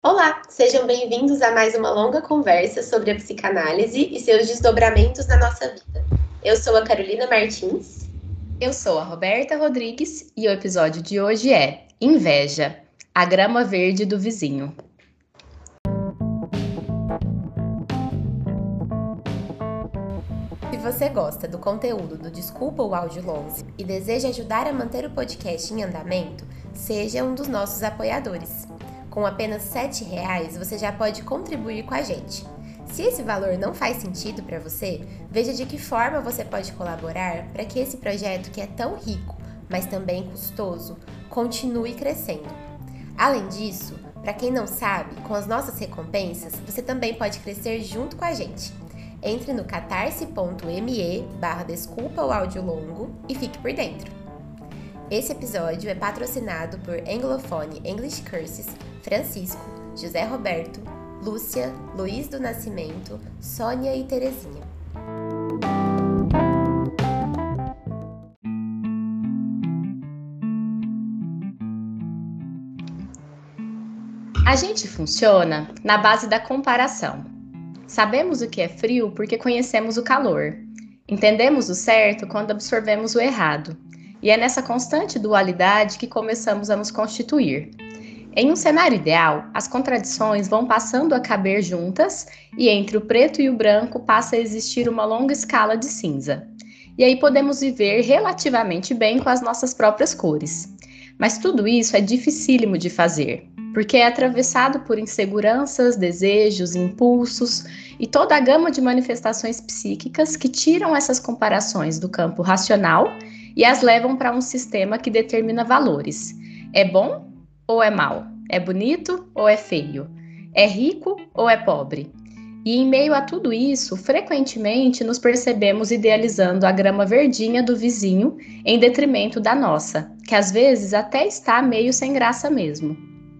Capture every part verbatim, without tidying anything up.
Olá, sejam bem-vindos a mais uma longa conversa sobre a psicanálise e seus desdobramentos na nossa vida. Eu sou a Carolina Martins. Eu sou a Roberta Rodrigues e o episódio de hoje é Inveja, a grama verde do vizinho. Se você gosta do conteúdo do Desculpa o Áudio Lonze e deseja ajudar a manter o podcast em andamento, seja um dos nossos apoiadores. Com apenas sete reais, você já pode contribuir com a gente. Se esse valor não faz sentido para você, veja de que forma você pode colaborar para que esse projeto, que é tão rico, mas também custoso, continue crescendo. Além disso, para quem não sabe, com as nossas recompensas, você também pode crescer junto com a gente. Entre no catarse.me barra desculpa o áudio longo e fique por dentro. Esse episódio é patrocinado por Anglophone English Curses, Francisco, José Roberto, Lúcia, Luiz do Nascimento, Sônia e Terezinha. A gente funciona na base da comparação. Sabemos o que é frio porque conhecemos o calor. Entendemos o certo quando absorvemos o errado. E é nessa constante dualidade que começamos a nos constituir. Em um cenário ideal, as contradições vão passando a caber juntas e entre o preto e o branco passa a existir uma longa escala de cinza. E aí podemos viver relativamente bem com as nossas próprias cores. Mas tudo isso é dificílimo de fazer, porque é atravessado por inseguranças, desejos, impulsos e toda a gama de manifestações psíquicas que tiram essas comparações do campo racional e as levam para um sistema que determina valores. É bom ou é mal? É bonito ou é feio? É rico ou é pobre? E em meio a tudo isso, frequentemente nos percebemos idealizando a grama verdinha do vizinho em detrimento da nossa, que às vezes até está meio sem graça mesmo.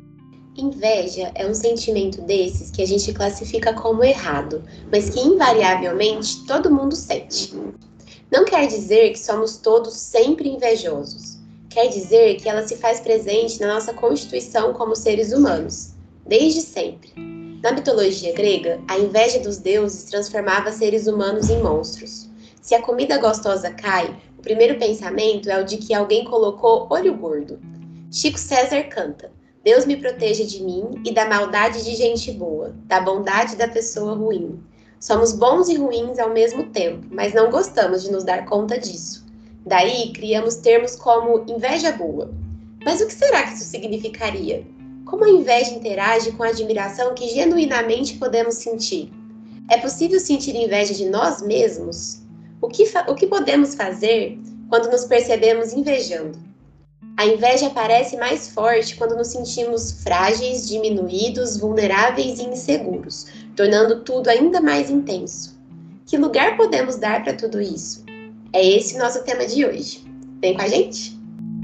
Inveja é um sentimento desses que a gente classifica como errado, mas que invariavelmente todo mundo sente. Não quer dizer que somos todos sempre invejosos. Quer dizer que ela se faz presente na nossa constituição como seres humanos, desde sempre. Na mitologia grega, a inveja dos deuses transformava seres humanos em monstros. Se a comida gostosa cai, o primeiro pensamento é o de que alguém colocou olho gordo. Chico César canta: Deus me proteja de mim e da maldade de gente boa, da bondade da pessoa ruim. Somos bons e ruins ao mesmo tempo, mas não gostamos de nos dar conta disso. Daí, criamos termos como inveja boa. Mas o que será que isso significaria? Como a inveja interage com a admiração que genuinamente podemos sentir? É possível sentir inveja de nós mesmos? O que, o que podemos fazer quando nos percebemos invejando? A inveja parece mais forte quando nos sentimos frágeis, diminuídos, vulneráveis e inseguros, tornando tudo ainda mais intenso. Que lugar podemos dar para tudo isso? É esse o nosso tema de hoje. Vem com a gente?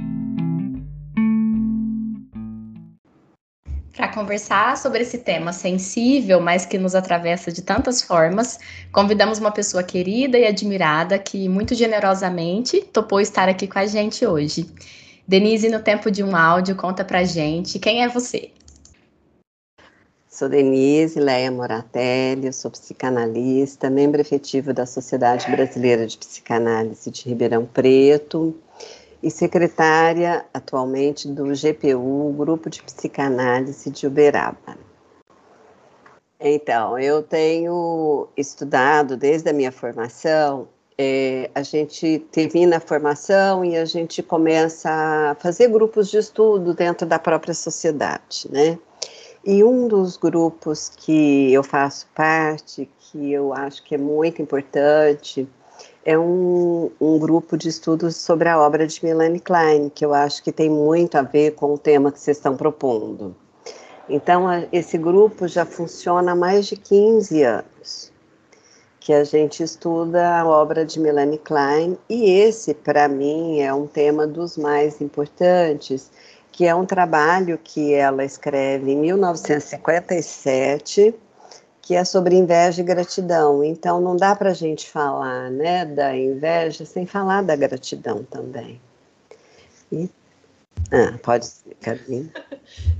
Para conversar sobre esse tema sensível, mas que nos atravessa de tantas formas, convidamos uma pessoa querida e admirada que muito generosamente topou estar aqui com a gente hoje. Denise, no tempo de um áudio, conta pra gente quem é você. Sou Denise Leia Moratelli, sou psicanalista, membro efetivo da Sociedade Brasileira de Psicanálise de Ribeirão Preto e secretária atualmente do G P U, Grupo de Psicanálise de Uberaba. Então, eu tenho estudado desde a minha formação. É, a gente termina a formação e a gente começa a fazer grupos de estudo dentro da própria sociedade, né? E um dos grupos que eu faço parte, que eu acho que é muito importante, é um, um grupo de estudos sobre a obra de Melanie Klein, que eu acho que tem muito a ver com o tema que vocês estão propondo. Então, esse grupo já funciona há mais de quinze anos. Que a gente estuda a obra de Melanie Klein, e esse, para mim, é um tema dos mais importantes, que é um trabalho que ela escreve em mil novecentos e cinquenta e sete, que é sobre inveja e gratidão. Então, não dá para a gente falar, né, da inveja sem falar da gratidão também. E... Ah, pode ser, Carolina.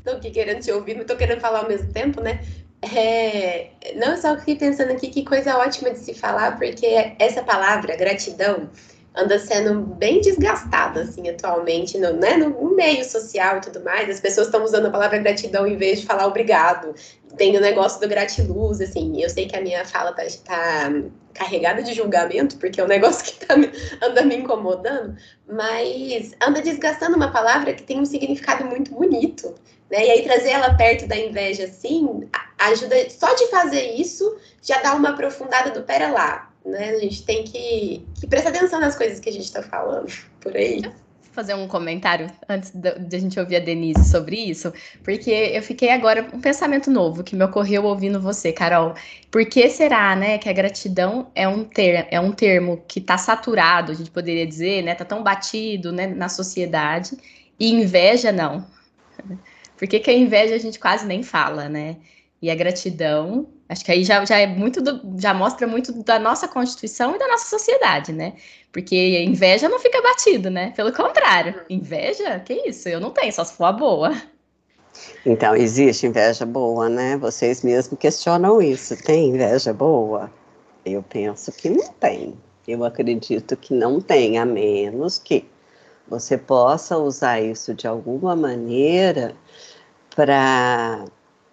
Tô aqui querendo te ouvir, mas tô querendo falar ao mesmo tempo, né? É, não, só fiquei pensando aqui que coisa ótima de se falar, porque essa palavra, gratidão, anda sendo bem desgastada, assim, atualmente, no, né, no meio social e tudo mais. As pessoas estão usando a palavra gratidão em vez de falar obrigado. Tem o negócio do gratiluz, assim, eu sei que a minha fala tá, tá carregada de julgamento, porque é um negócio que tá, anda me incomodando, mas anda desgastando uma palavra que tem um significado muito bonito, né? E aí trazer ela perto da inveja, assim, ajuda, só de fazer isso, já dá uma aprofundada do pera lá, né? A gente tem que, que prestar atenção nas coisas que a gente está falando por aí. Fazer um comentário antes de a gente ouvir a Denise sobre isso, porque eu fiquei agora, um pensamento novo que me ocorreu ouvindo você, Carol. Por que será, né, que a gratidão é um, ter, é um termo que está saturado, a gente poderia dizer, né, tá tão batido, né, na sociedade, e inveja não? Por que que a inveja a gente quase nem fala, né? E a gratidão, acho que aí já, já é muito do, já mostra muito da nossa Constituição e da nossa sociedade, né? Porque inveja não fica batido, né? Pelo contrário, inveja, que isso? Eu não tenho, só se for a boa. Então, existe inveja boa, né? Vocês mesmos questionam isso. Tem inveja boa? Eu penso que não tem. Eu acredito que não tem, a menos que você possa usar isso de alguma maneira para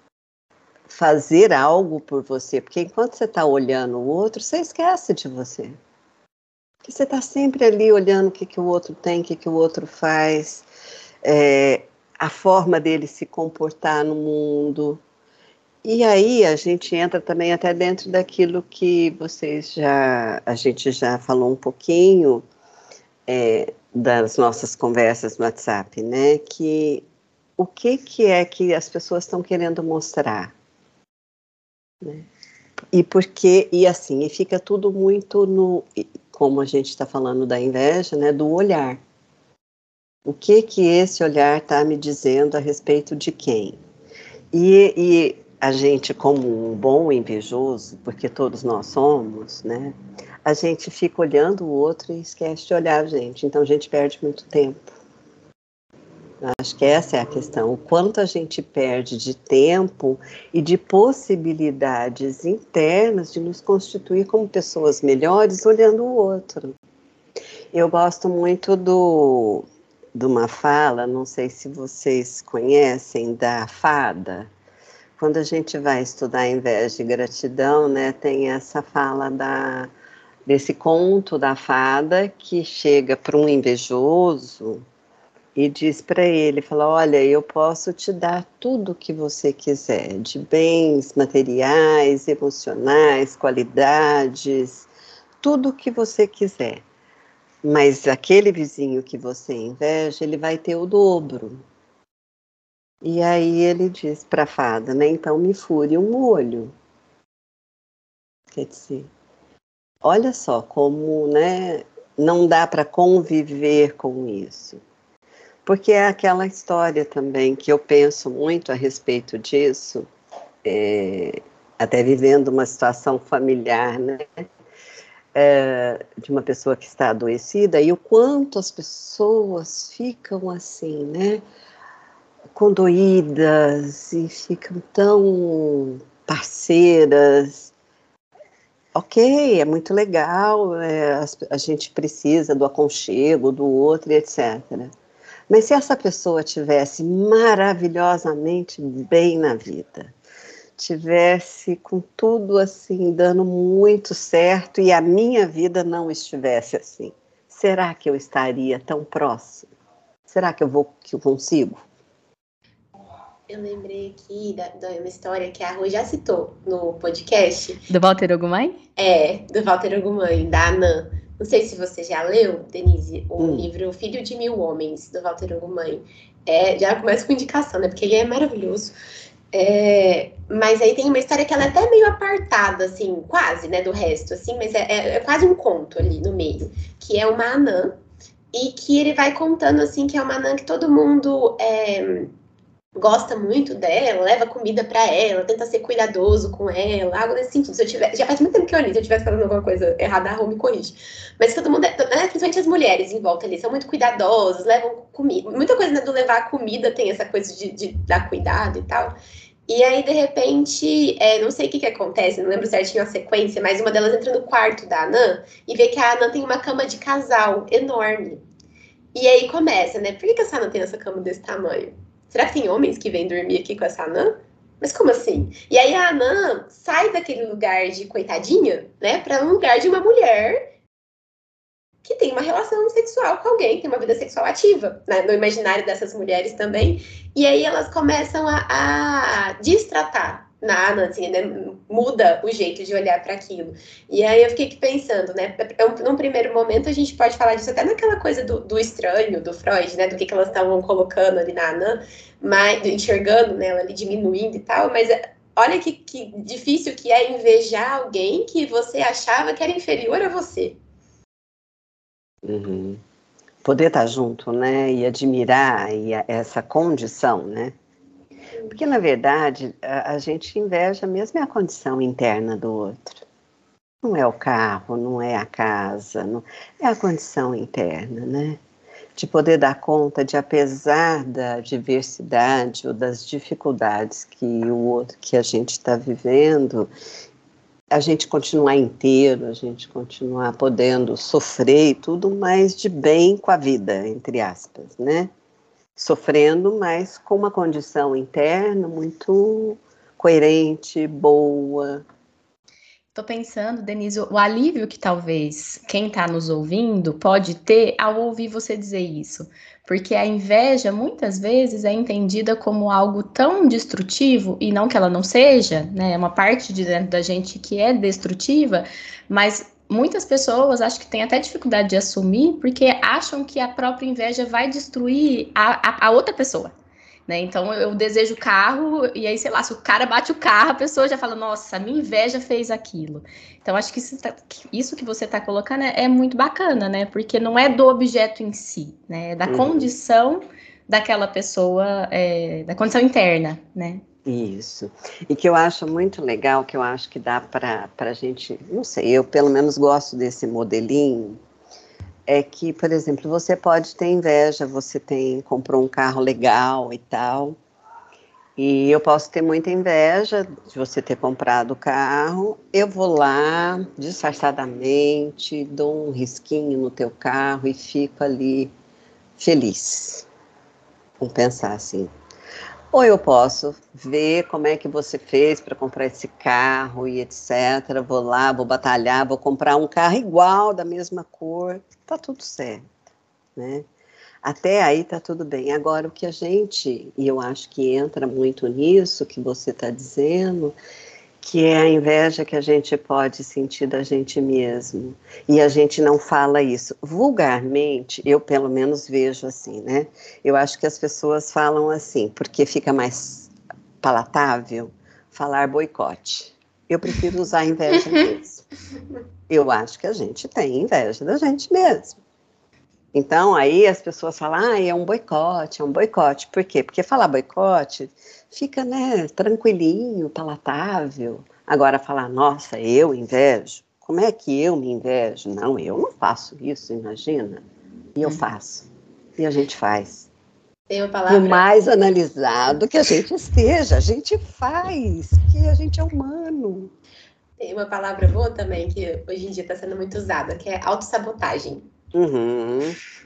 fazer algo por você, porque enquanto você está olhando o outro, você esquece de você. Porque você está sempre ali olhando o que, que o outro tem, o que, que o outro faz, é, a forma dele se comportar no mundo. E aí a gente entra também até dentro daquilo que vocês já, a gente já falou um pouquinho é, das nossas conversas no WhatsApp, né? Que o que, que é que as pessoas estão querendo mostrar? Né? E porque, e assim, e fica tudo muito no, como a gente está falando da inveja, né, do olhar. O que que esse olhar está me dizendo a respeito de quem? E, e a gente, como um bom invejoso, porque todos nós somos, né, a gente fica olhando o outro e esquece de olhar a gente, então a gente perde muito tempo. Acho que essa é a questão, o quanto a gente perde de tempo e de possibilidades internas de nos constituir como pessoas melhores olhando o outro. Eu gosto muito do, de uma fala, não sei se vocês conhecem, da fada. Quando a gente vai estudar inveja e gratidão, né, tem essa fala da, desse conto da fada que chega para um invejoso e diz para ele, fala, olha, eu posso te dar tudo o que você quiser, de bens materiais, emocionais, qualidades, tudo o que você quiser. Mas aquele vizinho que você inveja, ele vai ter o dobro. E aí ele diz para a fada, né, então me fure um olho. Quer dizer, olha só como, né, não dá para conviver com isso. Porque é aquela história também que eu penso muito a respeito disso, é, até vivendo uma situação familiar, né, é, de uma pessoa que está adoecida, e o quanto as pessoas ficam assim, né, condoídas e ficam tão parceiras. Ok, é muito legal, é, a, a gente precisa do aconchego do outro, etcétera. Mas se essa pessoa tivesse maravilhosamente bem na vida, tivesse com tudo assim, dando muito certo e a minha vida não estivesse assim, será que eu estaria tão próximo? Será que eu vou, que eu consigo? Eu lembrei aqui da, da uma história que a Rô já citou no podcast. Do Walter Ugumãe? É, do Walter Ugumãe, da Anã. Não sei se você já leu, Denise, o Hum. livro Filho de Mil Homens, do Walter Ugumãe. É, já começa com indicação, né? Porque ele é maravilhoso. É, mas aí tem uma história que ela é até meio apartada, assim, quase, né, do resto, assim, mas é, é, é quase um conto ali no meio, que é uma anã, e que ele vai contando, assim, que é uma anã que todo mundo é, gosta muito dela, leva comida pra ela, tenta ser cuidadoso com ela, algo nesse sentido. Se eu tiver, já faz muito tempo que eu li, se eu estivesse falando alguma coisa errada, a Rô me corrige. Mas todo mundo, é, né, principalmente as mulheres em volta ali, são muito cuidadosas, levam comida. Muita coisa, né, do levar a comida tem essa coisa de, de dar cuidado e tal. E aí, de repente, é, não sei o que que acontece, não lembro certinho a sequência, mas uma delas entra no quarto da Anã e vê que a Anã tem uma cama de casal enorme. E aí começa, né? Por que que essa Anã tem essa cama desse tamanho? Será que tem homens que vêm dormir aqui com essa Anã? Mas como assim? E aí a Anã sai daquele lugar de coitadinha, né, para um lugar de uma mulher que tem uma relação sexual com alguém, que tem uma vida sexual ativa, né, no imaginário dessas mulheres também. E aí elas começam a, a destratar na Ana, assim, né, muda o jeito de olhar para aquilo. E aí eu fiquei aqui pensando, né, num primeiro momento a gente pode falar disso até naquela coisa do, do estranho, do Freud, né, do que, que elas estavam colocando ali na Ana, mas, enxergando, né, ela ali diminuindo e tal, mas olha que, que difícil que é invejar alguém que você achava que era inferior a você. Uhum. Poder estar junto, né, e admirar e a, essa condição, né, porque na verdade a, a gente inveja mesmo a condição interna do outro, não é o carro, não é a casa, não, é a condição interna, né, de poder dar conta de, apesar da diversidade ou das dificuldades que o outro, que a gente está vivendo, a gente continuar inteiro, a gente continuar podendo sofrer e tudo, mas de bem com a vida, entre aspas, né? Sofrendo, mas com uma condição interna muito coerente, boa. Tô pensando, Denise, o alívio que talvez quem está nos ouvindo pode ter ao ouvir você dizer isso. Porque a inveja, muitas vezes, é entendida como algo tão destrutivo, e não que ela não seja, né? É uma parte de dentro da gente que é destrutiva, mas muitas pessoas acho que têm até dificuldade de assumir, porque acham que a própria inveja vai destruir a, a, a outra pessoa. Né? Então eu desejo o carro, e aí, sei lá, se o cara bate o carro, a pessoa já fala, nossa, a minha inveja fez aquilo. Então, acho que isso, tá, isso que você está colocando é, é muito bacana, né? Porque não é do objeto em si, né? É da uhum. condição daquela pessoa, é, da condição interna, né? Isso. E que eu acho muito legal, que eu acho que dá para a gente, não sei, eu pelo menos gosto desse modelinho, é que, por exemplo, você pode ter inveja, você tem, comprou um carro legal e tal, e eu posso ter muita inveja de você ter comprado o carro, eu vou lá, disfarçadamente, dou um risquinho no teu carro e fico ali feliz, vamos pensar assim. Ou eu posso ver como é que você fez para comprar esse carro e etcétera. Vou lá, vou batalhar, vou comprar um carro igual, da mesma cor. Tá tudo certo, né? Até aí tá tudo bem. Agora, o que a gente, e eu acho que entra muito nisso que você está dizendo, que é a inveja que a gente pode sentir da gente mesmo. E a gente não fala isso. Vulgarmente, eu pelo menos vejo assim, né? Eu acho que as pessoas falam assim, porque fica mais palatável falar boicote. Eu prefiro usar inveja mesmo. Eu acho que a gente tem inveja da gente mesmo. Então, aí as pessoas falam, ah, é um boicote, é um boicote. Por quê? Porque falar boicote fica, né, tranquilinho, palatável. Agora, falar, nossa, eu invejo? Como é que eu me invejo? Não, eu não faço isso, imagina. E eu faço. E a gente faz. Tem uma palavra... Por mais analisado que a gente esteja, a gente faz, porque a gente é humano. Tem uma palavra boa também, que hoje em dia está sendo muito usada, que é autossabotagem. Uhum.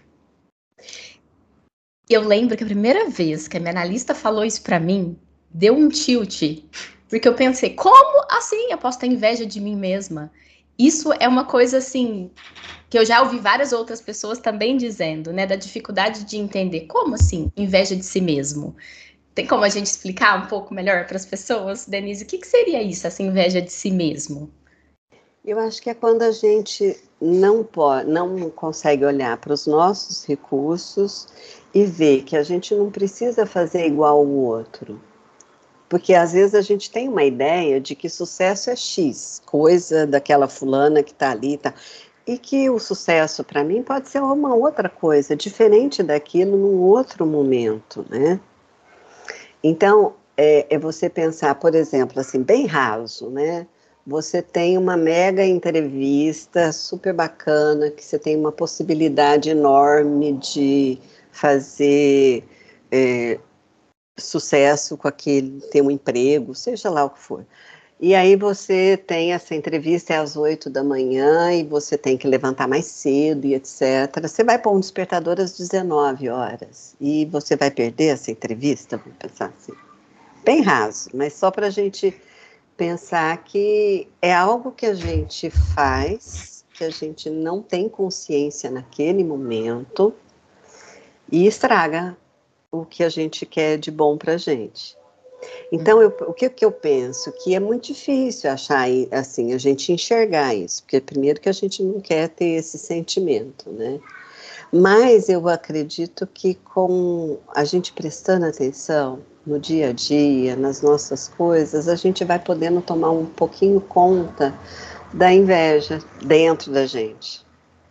Eu lembro que a primeira vez que a minha analista falou isso pra mim, deu um tilt, porque eu pensei, como assim eu posso ter inveja de mim mesma? Isso é uma coisa assim, que eu já ouvi várias outras pessoas também dizendo, né, da dificuldade de entender, como assim, inveja de si mesmo? Tem como a gente explicar um pouco melhor para as pessoas, Denise, o que, que seria isso, essa inveja de si mesmo? Eu acho que é quando a gente não pode, não consegue olhar para os nossos recursos e ver que a gente não precisa fazer igual o outro. Porque às vezes a gente tem uma ideia de que sucesso é X, coisa daquela fulana que está ali, tá? E que o sucesso para mim pode ser uma outra coisa, diferente daquilo num outro momento, né? Então, é, é você pensar, por exemplo, assim, bem raso, né? Você tem uma mega entrevista super bacana, que você tem uma possibilidade enorme de fazer é, sucesso com aquele, ter um emprego, seja lá o que for. E aí você tem essa entrevista é às oito da manhã e você tem que levantar mais cedo e etcétera. Você vai pôr um despertador às dezenove horas e você vai perder essa entrevista, vamos pensar assim. Bem raso, mas só para a gente pensar que é algo que a gente faz, que a gente não tem consciência naquele momento e estraga o que a gente quer de bom para a gente. Então, eu, o que, que eu penso? Que é muito difícil achar, assim, a gente enxergar isso, porque primeiro que a gente não quer ter esse sentimento, né? Mas eu acredito que com a gente prestando atenção no dia a dia, nas nossas coisas, a gente vai podendo tomar um pouquinho conta da inveja dentro da gente.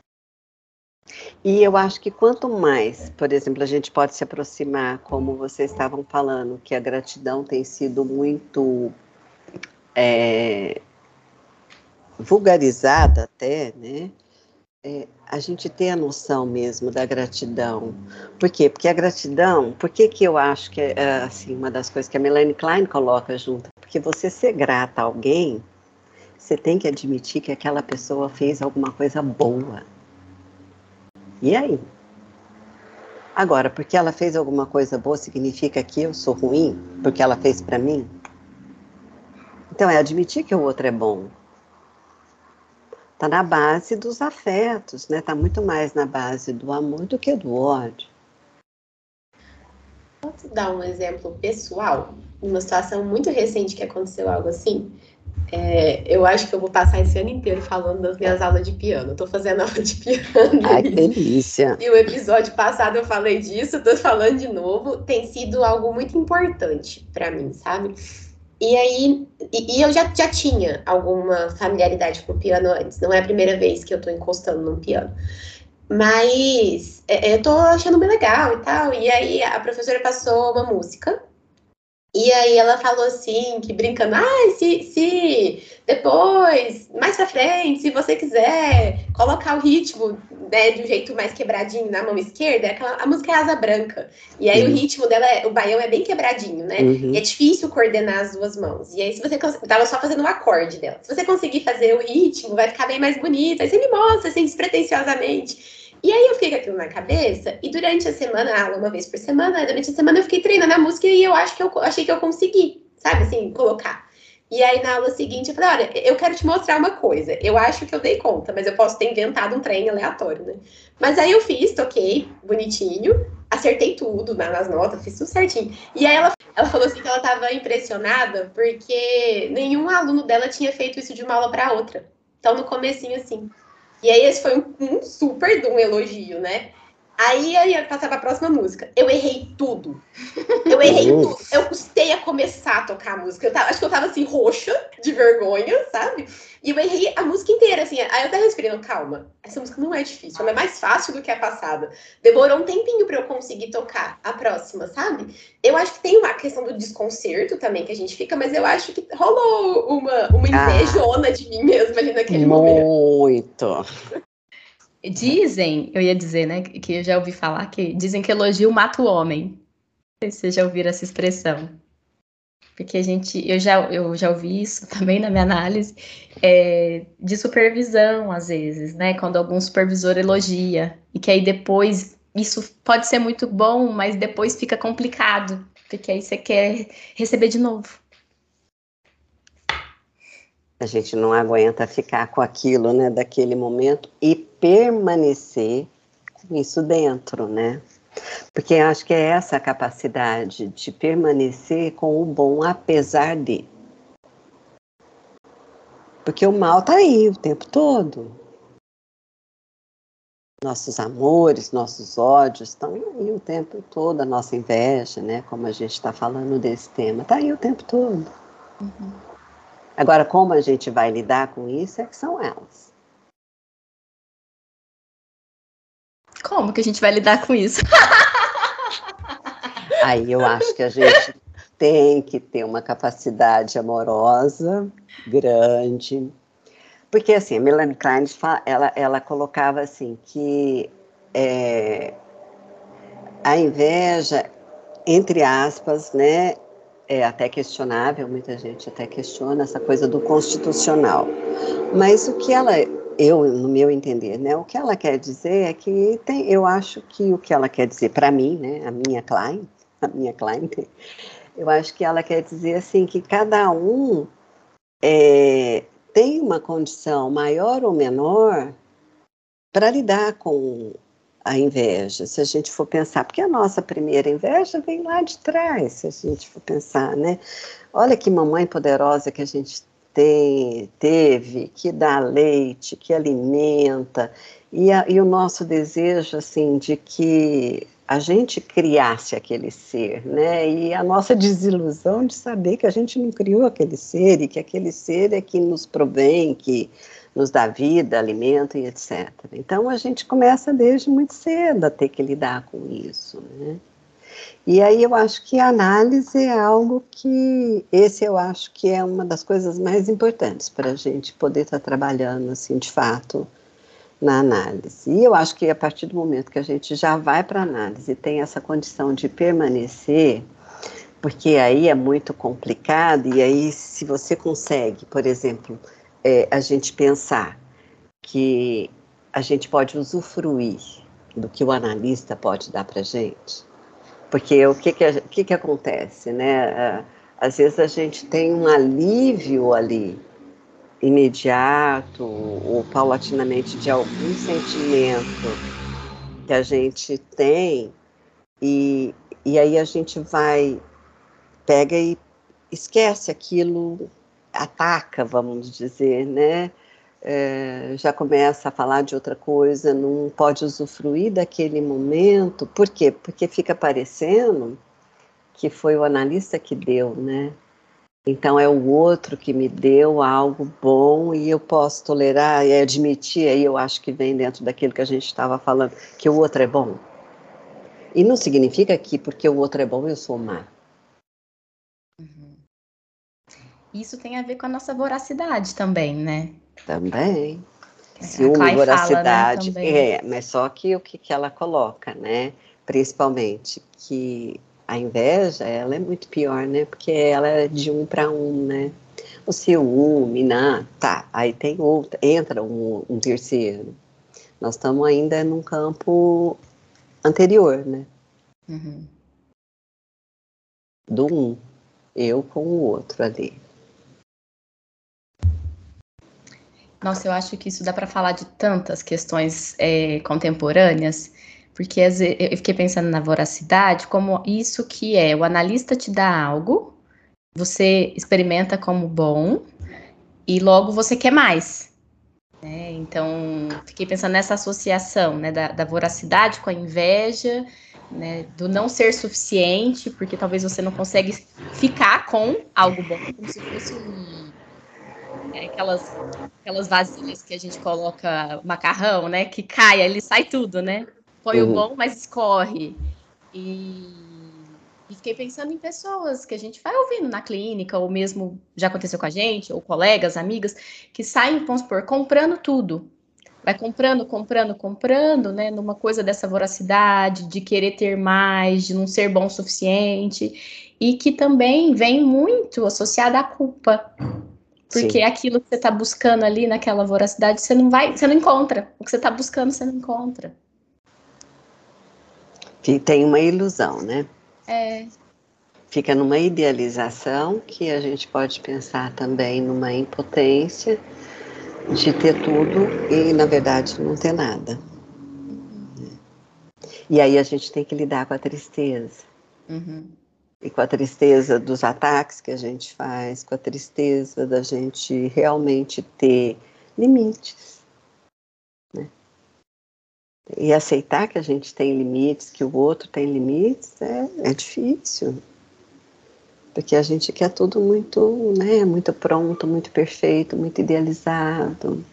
E eu acho que quanto mais, por exemplo, a gente pode se aproximar, como vocês estavam falando, que a gratidão tem sido muito é, vulgarizada até, né? É, a gente ter a noção mesmo da gratidão. Por quê? Porque a gratidão, por que que eu acho que é assim, uma das coisas que a Melanie Klein coloca junto? Porque você ser grata a alguém, você tem que admitir que aquela pessoa fez alguma coisa boa. E aí? Agora, porque ela fez alguma coisa boa, significa que eu sou ruim? Porque ela fez para mim? Então, é admitir que o outro é bom. Está na base dos afetos, né? Está muito mais na base do amor do que do ódio. Posso dar um exemplo pessoal? Uma situação muito recente que aconteceu algo assim? É, eu acho que eu vou passar esse ano inteiro falando das minhas aulas de piano. Eu tô fazendo aula de piano. Ai, que delícia! E o episódio passado eu falei disso, tô falando de novo. Tem sido algo muito importante para mim, sabe? E aí, e, e eu já, já tinha alguma familiaridade com o piano antes. Não é a primeira vez que eu tô encostando num piano. Mas é, eu tô achando bem legal e tal. E aí a professora passou uma música. E aí ela falou assim, que brincando, ah, se, se depois, mais pra frente, se você quiser colocar o ritmo, né, de um jeito mais quebradinho na mão esquerda, aquela, a música é Asa Branca. E aí uhum. o ritmo dela, é, o baião é bem quebradinho, né? Uhum. E é difícil coordenar as duas mãos. E aí se você, eu tava só fazendo um acorde dela. Se você conseguir fazer o ritmo, vai ficar bem mais bonito. Aí você me mostra, assim, despretensiosamente. E aí eu fiquei com aquilo na cabeça, e durante a semana, a aula uma vez por semana, durante a semana eu fiquei treinando a música e eu acho que eu achei que eu consegui, sabe, assim, colocar. E aí na aula seguinte eu falei, olha, eu quero te mostrar uma coisa, eu acho que eu dei conta, mas eu posso ter inventado um trem aleatório, né? Mas aí eu fiz, toquei, bonitinho, acertei tudo nas notas, fiz tudo certinho. E aí ela, ela falou assim que ela tava impressionada porque nenhum aluno dela tinha feito isso de uma aula para outra. Então no comecinho assim... E aí esse foi um, um super de um elogio, né? Aí eu ia passar pra próxima música. Eu errei tudo. Eu errei tudo. Eu custei a começar a tocar a música. Eu tava, acho que eu tava assim, roxa, de vergonha, sabe? E eu errei a música inteira, assim. Aí eu até respirei, calma. Essa música não é difícil, ela é mais fácil do que a passada. Demorou um tempinho pra eu conseguir tocar a próxima, sabe? Eu acho que tem uma questão do desconcerto também que a gente fica, mas eu acho que rolou uma, uma invejona ah, de mim mesma ali naquele muito. momento. Muito. Dizem, eu ia dizer, né, que eu já ouvi falar que dizem que elogio mata o homem. Não sei se vocês já ouviram essa expressão. Porque a gente, eu já, eu já ouvi isso também na minha análise, é, de supervisão, às vezes, né? Quando algum supervisor elogia, e que aí depois, isso pode ser muito bom, mas depois fica complicado, porque aí você quer receber de novo. A gente não aguenta ficar com aquilo, né, daquele momento e permanecer com isso dentro, né? Porque eu acho que é essa a capacidade de permanecer com o bom apesar de. Porque o mal tá aí o tempo todo. Nossos amores, nossos ódios estão aí o tempo todo, a nossa inveja, né? Como a gente está falando desse tema, tá aí o tempo todo. Uhum. Agora, como a gente vai lidar com isso é que são elas. Como que a gente vai lidar com isso? Aí eu acho que a gente tem que ter uma capacidade amorosa grande. Porque, assim, a Melanie Klein, ela, ela colocava assim, que é, a inveja, entre aspas, né, é até questionável, muita gente até questiona essa coisa do constitucional. Mas o que ela, eu, no meu entender, né, o que ela quer dizer é que tem, eu acho que o que ela quer dizer para mim, né, a minha Klein, a minha Klein, eu acho que ela quer dizer assim que cada um é, tem uma condição maior ou menor para lidar com a inveja, se a gente for pensar, porque a nossa primeira inveja vem lá de trás, se a gente for pensar, né? Olha que mamãe poderosa que a gente tem, teve, que dá leite, que alimenta, e, a, e o nosso desejo, assim, de que a gente criasse aquele ser, né? E a nossa desilusão de saber que a gente não criou aquele ser, e que aquele ser é que nos provém, que nos dá vida, alimento e etcétera. Então, a gente começa desde muito cedo a ter que lidar com isso, né? E aí eu acho que a análise é algo que, esse eu acho que é uma das coisas mais importantes para a gente poder estar trabalhando, assim, de fato, na análise. E eu acho que a partir do momento que a gente já vai para a análise e tem essa condição de permanecer, porque aí é muito complicado, e aí se você consegue, por exemplo, é, a gente pensar que a gente pode usufruir do que o analista pode dar para a gente, porque o que que, a, que que acontece, né? Às vezes a gente tem um alívio ali, imediato, ou paulatinamente, de algum sentimento que a gente tem, e, e aí a gente vai, pega e esquece aquilo, ataca, vamos dizer, né? É, já começa a falar de outra coisa, não pode usufruir daquele momento. Por quê? Porque fica parecendo que foi o analista que deu, né? Então é o outro que me deu algo bom e eu posso tolerar e admitir, aí eu acho que vem dentro daquilo que a gente estava falando, que o outro é bom. E não significa que porque o outro é bom eu sou má. Uhum. Isso tem a ver com a nossa voracidade também, né? Também. A Ciúme, Klein fala, né, voracidade, também. é, mas só que o que, que ela coloca, né? Principalmente que a inveja, ela é muito pior, né? Porque ela é de um para um, né? O ciúme, né? Tá, aí tem outra, entra um, um terceiro. Nós estamos ainda num campo anterior, né? Uhum. Do um, eu com o outro ali. Nossa, eu acho que isso dá para falar de tantas questões é, contemporâneas, porque às vezes, eu fiquei pensando na voracidade, como isso que é, o analista te dá algo, você experimenta como bom, e logo você quer mais. Né? Então, fiquei pensando nessa associação, né, da, da voracidade com a inveja, né, do não ser suficiente, porque talvez você não consegue ficar com algo bom, como se fosse um, é, aquelas, aquelas vasilhas que a gente coloca macarrão, né, que cai, ali sai tudo, né? Põe o Uhum. bom, mas escorre. E, e fiquei pensando em pessoas que a gente vai ouvindo na clínica, ou mesmo já aconteceu com a gente, ou colegas, amigas, que saem, vamos supor, comprando tudo. Vai comprando, comprando, comprando, né? Numa coisa dessa voracidade, de querer ter mais, de não ser bom o suficiente, e que também vem muito associada à culpa. Porque Sim, aquilo que você está buscando ali naquela voracidade, você não vai, você não encontra. O que você está buscando, você não encontra. que tem uma ilusão, né? É. Fica numa idealização que a gente pode pensar também numa impotência de ter tudo e, na verdade, não ter nada. Uhum. E aí a gente tem que lidar com a tristeza. Uhum. E com a tristeza dos ataques que a gente faz, com a tristeza da gente realmente ter limites, né? E aceitar que a gente tem limites, que o outro tem limites, é, é difícil. Porque a gente quer tudo muito, né, muito pronto, muito perfeito, muito idealizado.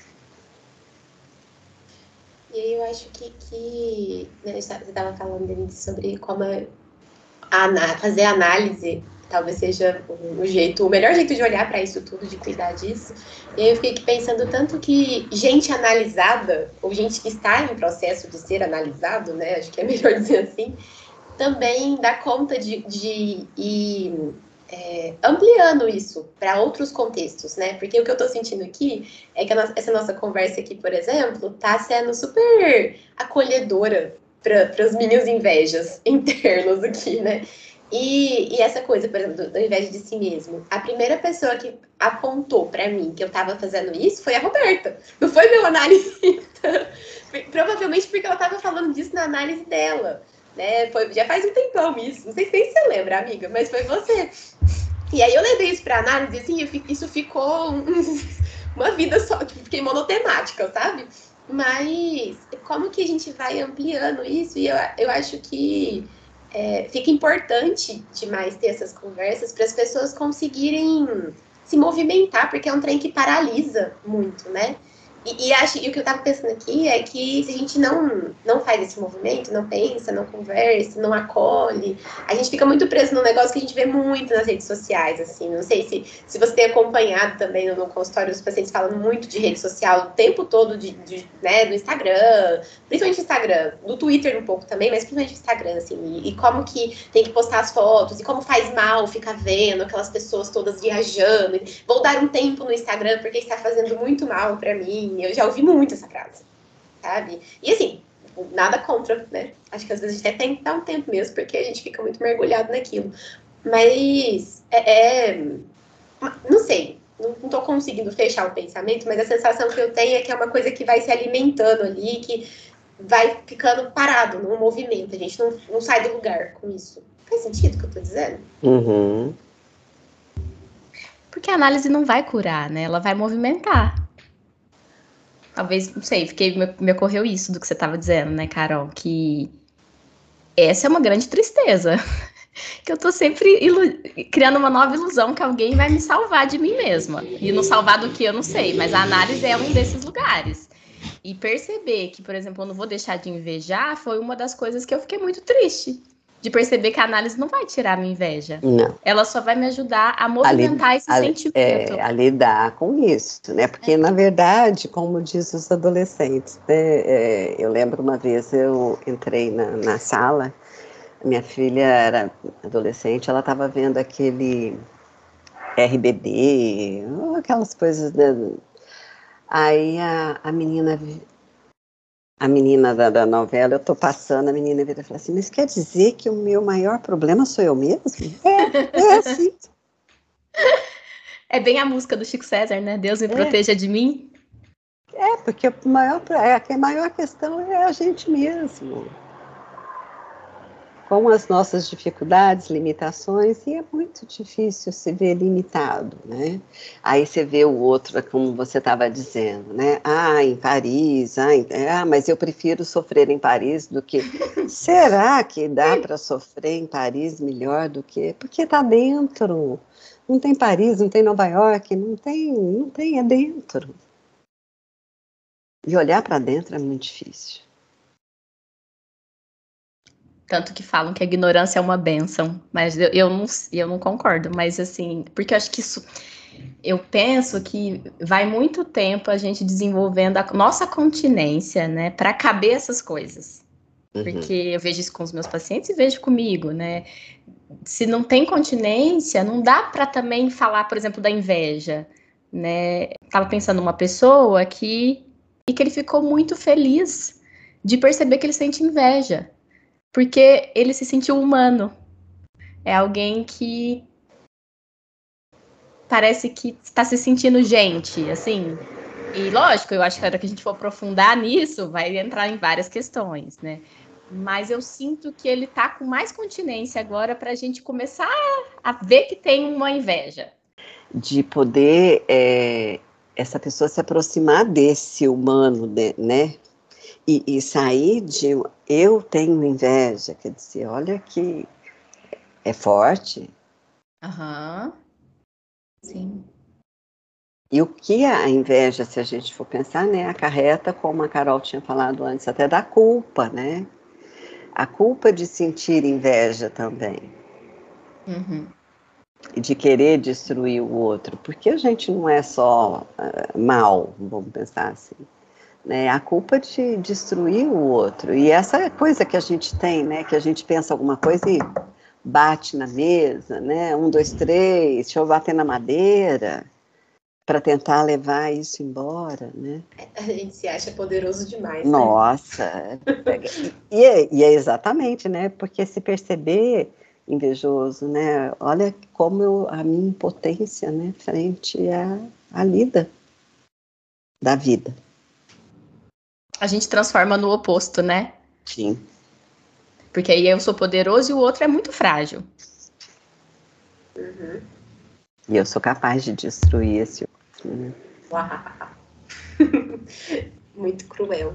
E aí eu acho que, que né, você estava falando Denise, sobre como a, ana- fazer análise talvez seja o, jeito, o melhor jeito de olhar para isso tudo, de cuidar disso. E aí eu fiquei pensando tanto que gente analisada, ou gente que está em processo de ser analisado, né, acho que é melhor dizer assim, também dá conta de, de ir é, ampliando isso para outros contextos, né? Porque o que eu estou sentindo aqui é que nossa, essa nossa conversa aqui, por exemplo, está sendo super acolhedora para os minhas invejas internos aqui, né? E, e essa coisa, por exemplo, da inveja de si mesmo. A primeira pessoa que apontou para mim que eu estava fazendo isso foi a Roberta. Não foi meu analista. Provavelmente porque ela estava falando disso na análise dela. Né? Foi, já faz um tempão isso. Não sei se nem você lembra, amiga, mas foi você. E aí eu levei isso para análise e assim, eu, isso ficou um, uma vida só, tipo, fiquei monotemática, sabe? Mas como que a gente vai ampliando isso? E eu, eu acho que é, fica importante demais ter essas conversas para as pessoas conseguirem se movimentar, porque é um trem que paralisa muito, né? E, e, acho, e o que eu estava pensando aqui é que se a gente não, não faz esse movimento, não pensa, não conversa, não acolhe, a gente fica muito preso num negócio que a gente vê muito nas redes sociais, assim. Não sei se, se você tem acompanhado também no, no consultório os pacientes falando muito de rede social o tempo todo, de, de, né, do Instagram, principalmente do Instagram, do Twitter um pouco também, mas principalmente do Instagram, assim. E, e como que tem que postar as fotos, e como faz mal ficar vendo aquelas pessoas todas viajando. E vou dar um tempo no Instagram porque está fazendo muito mal para mim. Eu já ouvi muito essa frase, sabe? E assim, nada contra, né? Acho que às vezes a gente até tem que dar um tempo mesmo, porque a gente fica muito mergulhado naquilo. Mas, é, é não sei, não, não tô conseguindo fechar o pensamento, mas a sensação que eu tenho é que é uma coisa que vai se alimentando ali, que vai ficando parado num movimento. A gente não, não sai do lugar com isso. Faz sentido o que eu tô dizendo? Uhum. Porque a análise não vai curar, né? Ela vai movimentar. Talvez, não sei, fiquei, me, me ocorreu isso do que você estava dizendo, né, Carol? Que essa é uma grande tristeza. Que eu tô sempre ilu- criando uma nova ilusão que alguém vai me salvar de mim mesma. E não salvar do que eu não sei, mas a análise é um desses lugares. E perceber que, por exemplo, eu não vou deixar de invejar foi uma das coisas que eu fiquei muito triste. De perceber que a análise não vai tirar a minha inveja. Não. Ela só vai me ajudar a movimentar a, esse a, sentimento. É, a lidar com isso, né? Porque, é. na verdade, como diz os adolescentes, né? É, eu lembro uma vez eu entrei na, na sala, minha filha era adolescente, ela estava vendo aquele R B D, aquelas coisas, né? Aí a, a menina... A menina da, da novela, eu tô passando, a menina vira e fala assim, mas quer dizer que o meu maior problema sou eu mesmo? É, é assim. É bem a música do Chico César, né? Deus me é. proteja de mim. É, porque a maior, a maior questão é a gente mesmo. Com as nossas dificuldades, limitações, e é muito difícil se ver limitado, né? Aí você vê o outro, como você estava dizendo, né? Ah, em Paris, ah, em, ah, mas eu prefiro sofrer em Paris do que... Será que dá para sofrer em Paris melhor do que... Porque está dentro. Não tem Paris, não tem Nova York, não tem, não tem, é dentro. E olhar para dentro é muito difícil. Tanto que falam que a ignorância é uma bênção, mas eu, eu, não, eu não concordo, mas assim, porque eu acho que isso, eu penso que vai muito tempo a gente desenvolvendo a nossa continência, né, para caber essas coisas, uhum. Porque eu vejo isso com os meus pacientes e vejo comigo, né, se não tem continência, não dá para também falar, por exemplo, da inveja, né, tava pensando numa pessoa que, e que ele ficou muito feliz de perceber que ele sente inveja, porque ele se sentiu humano. É alguém que parece que está se sentindo gente, assim. E lógico, eu acho que a hora que a gente for aprofundar nisso, vai entrar em várias questões, né? Mas eu sinto que ele tá com mais continência agora para a gente começar a ver que tem uma inveja. De poder é, essa pessoa se aproximar desse humano, né? E, e sair de eu tenho inveja, quer dizer, olha que é forte. Aham. Uhum. Sim. E o que a inveja, se a gente for pensar, né, acarreta, como a Carol tinha falado antes, até da culpa, né? A culpa de sentir inveja também. Uhum. de querer destruir o outro, porque a gente não é só uh, mal, vamos pensar assim, né? A culpa de destruir o outro, e essa coisa que a gente tem, né? Que a gente pensa alguma coisa e bate na mesa, né? Um, dois, três, deixa eu bater na madeira, para tentar levar isso embora, né? A gente se acha poderoso demais, né? Nossa, e é, e é exatamente, né? Porque se perceber invejoso, né? Olha como eu, a minha impotência, né? Frente à, à lida da vida. A gente transforma no oposto, né? Sim. Porque aí eu sou poderoso e o outro é muito frágil. Uhum. E eu sou capaz de destruir esse outro, né? Uau. Muito cruel.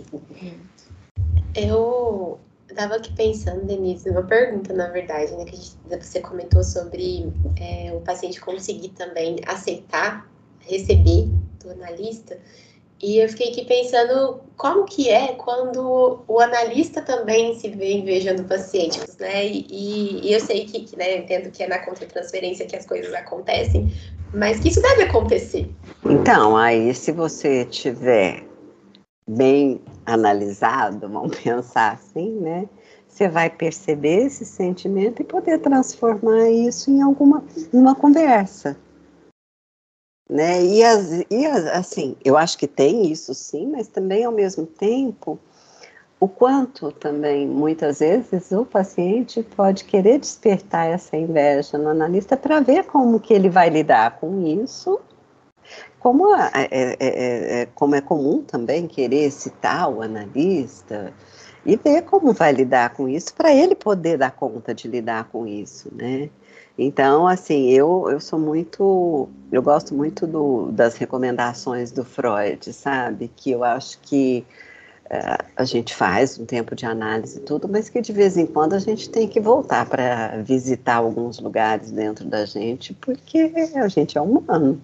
Eu estava aqui pensando, Denise, uma pergunta, na verdade, né, que a gente, você comentou sobre é, o paciente conseguir também aceitar, receber do analista, e eu fiquei aqui pensando como que é quando o analista também se vê invejando o paciente, né, e, e eu sei que, que né, entendo que é na contratransferência que as coisas acontecem, mas que isso deve acontecer. Então, aí se você tiver bem analisado, vamos pensar assim, né? Você vai perceber esse sentimento e poder transformar isso em alguma uma conversa, né? E, as, e as, assim, eu acho que tem isso sim, mas também ao mesmo tempo o quanto também muitas vezes o paciente pode querer despertar essa inveja no analista para ver como que ele vai lidar com isso. Como é, é, é, é, como é comum também querer citar o analista e ver como vai lidar com isso para ele poder dar conta de lidar com isso, né? Então, assim, eu, eu sou muito, eu gosto muito do, das recomendações do Freud, sabe? Que eu acho que uh, a gente faz um tempo de análise e tudo, mas que de vez em quando a gente tem que voltar para visitar alguns lugares dentro da gente, porque a gente é humano.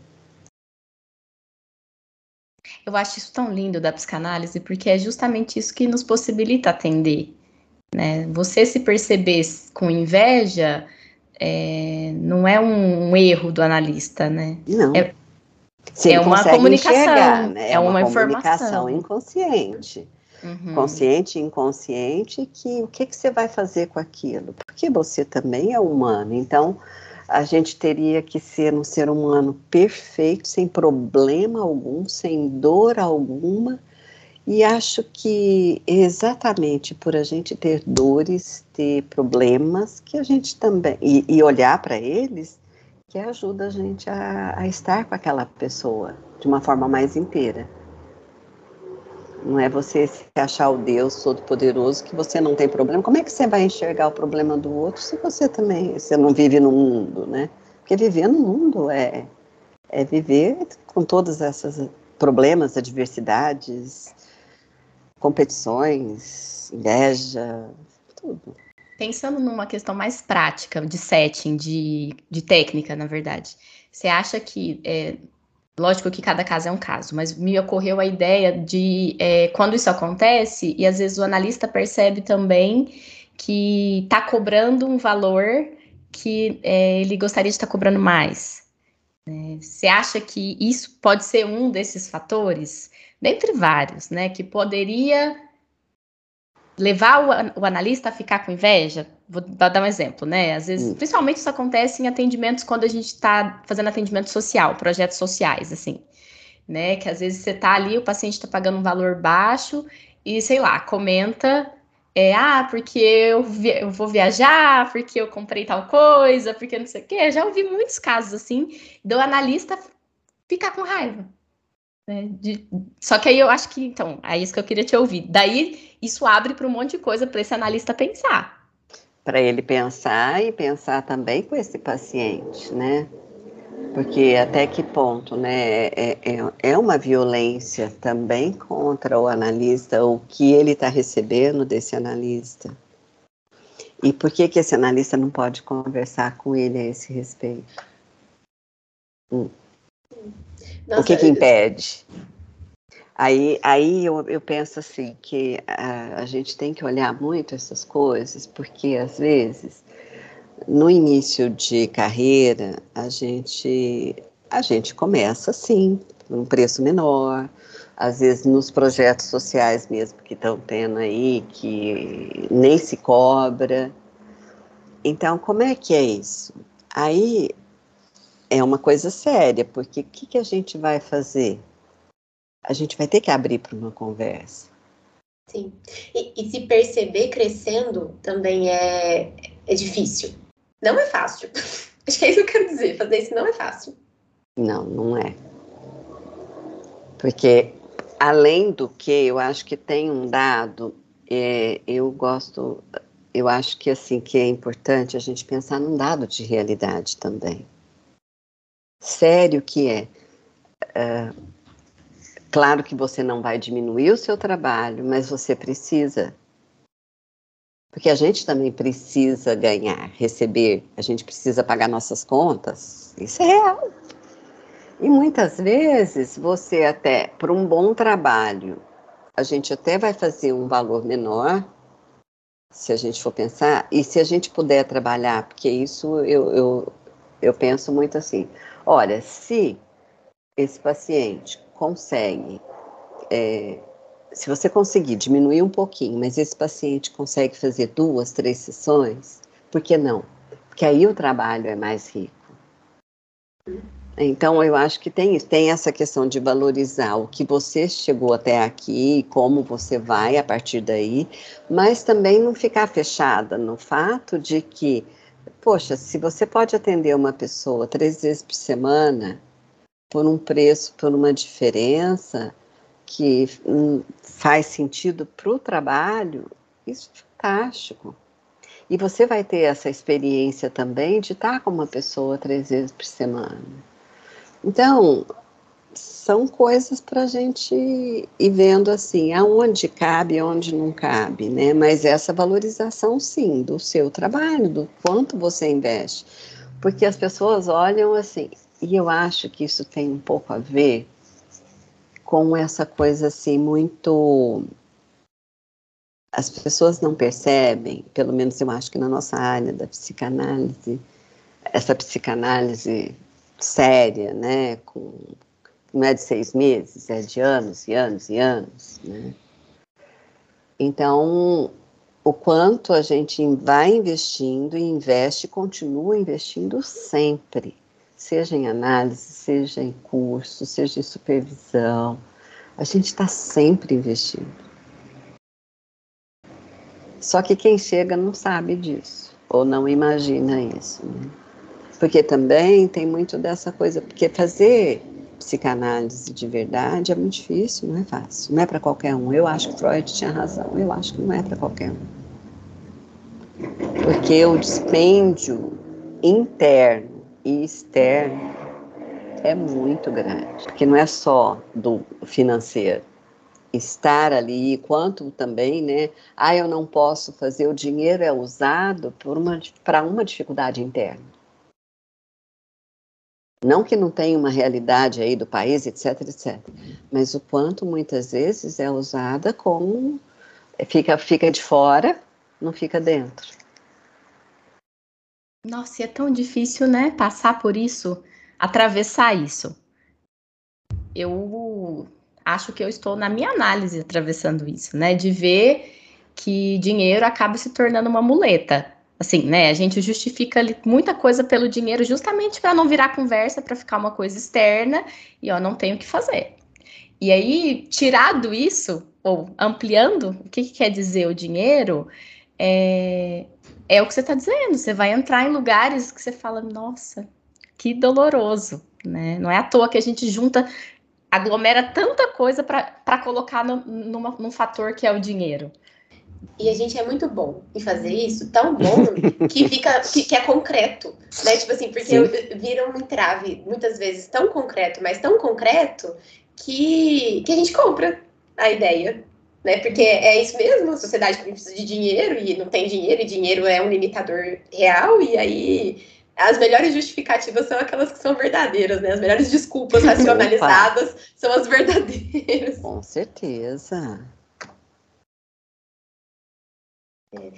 Eu acho isso tão lindo da psicanálise, porque é justamente isso que nos possibilita atender, né? Você se perceber com inveja é, não é um, um erro do analista, né? Não. É, Se é ele uma consegue enxergar, comunicação, né? é É uma uma comunicação informação. inconsciente. Uhum. Consciente e inconsciente, que o que, que você vai fazer com aquilo? Porque você também é humano, então a gente teria que ser um ser humano perfeito, sem problema algum, sem dor alguma, e acho que exatamente por a gente ter dores, ter problemas, que a gente também, e, e olhar para eles, que ajuda a gente a, a estar com aquela pessoa de uma forma mais inteira. Não é você se achar o Deus Todo-Poderoso que você não tem problema. Como é que você vai enxergar o problema do outro se você também, você não vive no mundo, né? Porque viver no mundo é, é viver com todas essas problemas, adversidades, competições, inveja, tudo. Pensando numa questão mais prática, de setting, de, de técnica, na verdade, você acha que, é, lógico que cada caso é um caso, mas me ocorreu a ideia de é, quando isso acontece, e às vezes o analista percebe também que está cobrando um valor que é, ele gostaria de estar tá cobrando mais. Né? Você acha que isso pode ser um desses fatores, dentre vários, né, que poderia levar o, o analista a ficar com inveja? Vou dar um exemplo, né? Às vezes, Hum. principalmente isso acontece em atendimentos quando a gente está fazendo atendimento social, projetos sociais, assim, né? Que às vezes você tá ali, o paciente está pagando um valor baixo e, sei lá, comenta, é, ah, porque eu, vi, eu vou viajar, porque eu comprei tal coisa, porque não sei o quê. Eu já ouvi muitos casos assim, do analista ficar com raiva. Né? De, só que aí eu acho que, então, é isso que eu queria te ouvir. Daí, isso abre para um monte de coisa para esse analista pensar. Para ele pensar e pensar também com esse paciente, né? Porque até que ponto, né, é, é, é uma violência também contra o analista, o que ele está recebendo desse analista. E por que que esse analista não pode conversar com ele a esse respeito? Hum. Nossa, O que que impede? Aí, aí eu, eu penso assim, que a, a gente tem que olhar muito essas coisas, porque às vezes no início de carreira, a gente, a gente começa, sim, por um preço menor, às vezes nos projetos sociais mesmo que estão tendo aí, que nem se cobra. Então, como é que é isso? Aí é uma coisa séria, porque o que, que a gente vai fazer? A gente vai ter que abrir para uma conversa. Sim. E, e se perceber crescendo também é, é difícil. Não é fácil. Acho que é isso que eu quero dizer. Fazer isso não é fácil. Não, não é. Porque, além do que, eu acho que tem um dado, é, eu gosto, eu acho que, assim, que é importante a gente pensar num dado de realidade também. Sério que é. é claro que você não vai diminuir o seu trabalho, mas você precisa. Porque a gente também precisa ganhar, receber, a gente precisa pagar nossas contas, isso é real. E muitas vezes você até, por um bom trabalho, a gente até vai fazer um valor menor, se a gente for pensar, e se a gente puder trabalhar, porque isso eu, eu, eu penso muito assim, olha, se esse paciente consegue, é, se você conseguir diminuir um pouquinho, mas esse paciente consegue fazer duas, três sessões, por que não? Porque aí o trabalho é mais rico. Então, eu acho que tem isso, tem essa questão de valorizar o que você chegou até aqui, como você vai a partir daí, mas também não ficar fechada no fato de que, poxa, se você pode atender uma pessoa três vezes por semana, por um preço, por uma diferença que hum, faz sentido para o trabalho, isso é fantástico. E você vai ter essa experiência também de estar com uma pessoa três vezes por semana. Então, são coisas para a gente ir vendo assim, aonde cabe, aonde não cabe, né? Mas essa valorização, sim, do seu trabalho, do quanto você investe. Porque as pessoas olham assim, e eu acho que isso tem um pouco a ver com essa coisa assim, muito... As pessoas não percebem, pelo menos eu acho que na nossa área da psicanálise, essa psicanálise séria, né, com... não é de seis meses, é de anos e anos e anos, né? Então, o quanto a gente vai investindo e investe, continua investindo sempre, seja em análise, seja em curso, seja em supervisão, a gente está sempre investindo. Só que quem chega não sabe disso, ou não imagina isso, né? Porque também tem muito dessa coisa, porque fazer psicanálise de verdade é muito difícil, não é fácil, não é para qualquer um. Eu acho que Freud tinha razão, eu acho que não é para qualquer um. Porque o dispêndio interno e externo é muito grande, porque não é só do financeiro. Estar ali, quanto também, né? Ah, eu não posso fazer, o dinheiro é usado para uma dificuldade interna. Não que não tenha uma realidade aí do país, etc, etcétera. Mas o quanto muitas vezes é usada como fica, fica de fora, não fica dentro. Nossa, e é tão difícil, né? Passar por isso, atravessar isso. Eu acho que eu estou na minha análise atravessando isso, né? De ver que dinheiro acaba se tornando uma muleta. Assim, né? A gente justifica muita coisa pelo dinheiro justamente para não virar conversa, para ficar uma coisa externa e ó, não tenho o que fazer. E aí, tirado isso, ou ampliando, o que, que quer dizer o dinheiro, é, é o que você está dizendo. Você vai entrar em lugares que você fala, nossa, que doloroso, né? Não é à toa que a gente junta, aglomera tanta coisa para colocar no, numa, num fator que é o dinheiro. E a gente é muito bom em fazer isso, tão bom que fica que, que é concreto, né? Tipo assim, porque eu, vira um entrave muitas vezes tão concreto, mas tão concreto que, que a gente compra a ideia, né? Porque é isso mesmo, a sociedade precisa de dinheiro e não tem dinheiro, e dinheiro é um limitador real, e aí as melhores justificativas são aquelas que são verdadeiras, né? As melhores desculpas racionalizadas são as verdadeiras. Com certeza. É.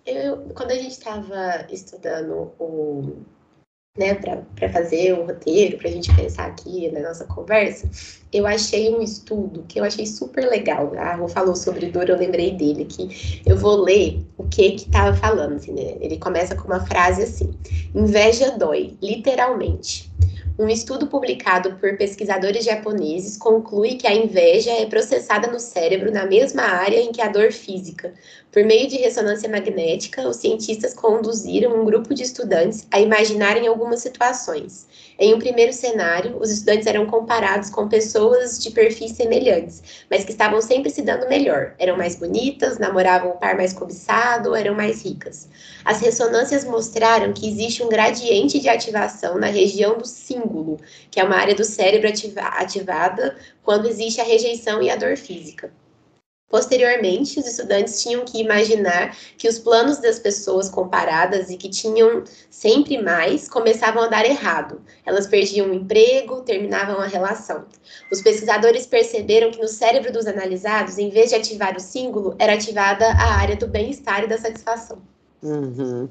Eu, quando a gente estava estudando o, né, para fazer o roteiro, para a gente pensar aqui na nossa conversa, eu achei um estudo que eu achei super legal. A Rô falou sobre dor, eu lembrei dele, que eu vou ler o que que estava falando. Assim, né? Ele começa com uma frase assim: inveja dói, literalmente. Um estudo publicado por pesquisadores japoneses conclui que a inveja é processada no cérebro na mesma área em que a dor física. Por meio de ressonância magnética, os cientistas conduziram um grupo de estudantes a imaginarem algumas situações. Em um primeiro cenário, os estudantes eram comparados com pessoas de perfis semelhantes, mas que estavam sempre se dando melhor. Eram mais bonitas, namoravam o par mais cobiçado, eram mais ricas. As ressonâncias mostraram que existe um gradiente de ativação na região do cíngulo, que é uma área do cérebro ativa ativada quando existe a rejeição e a dor física. Posteriormente, os estudantes tinham que imaginar que os planos das pessoas comparadas e que tinham sempre mais começavam a dar errado. Elas perdiam o emprego, terminavam a relação. Os pesquisadores perceberam que no cérebro dos analisados, em vez de ativar o cíngulo, era ativada a área do bem-estar e da satisfação. Uhum.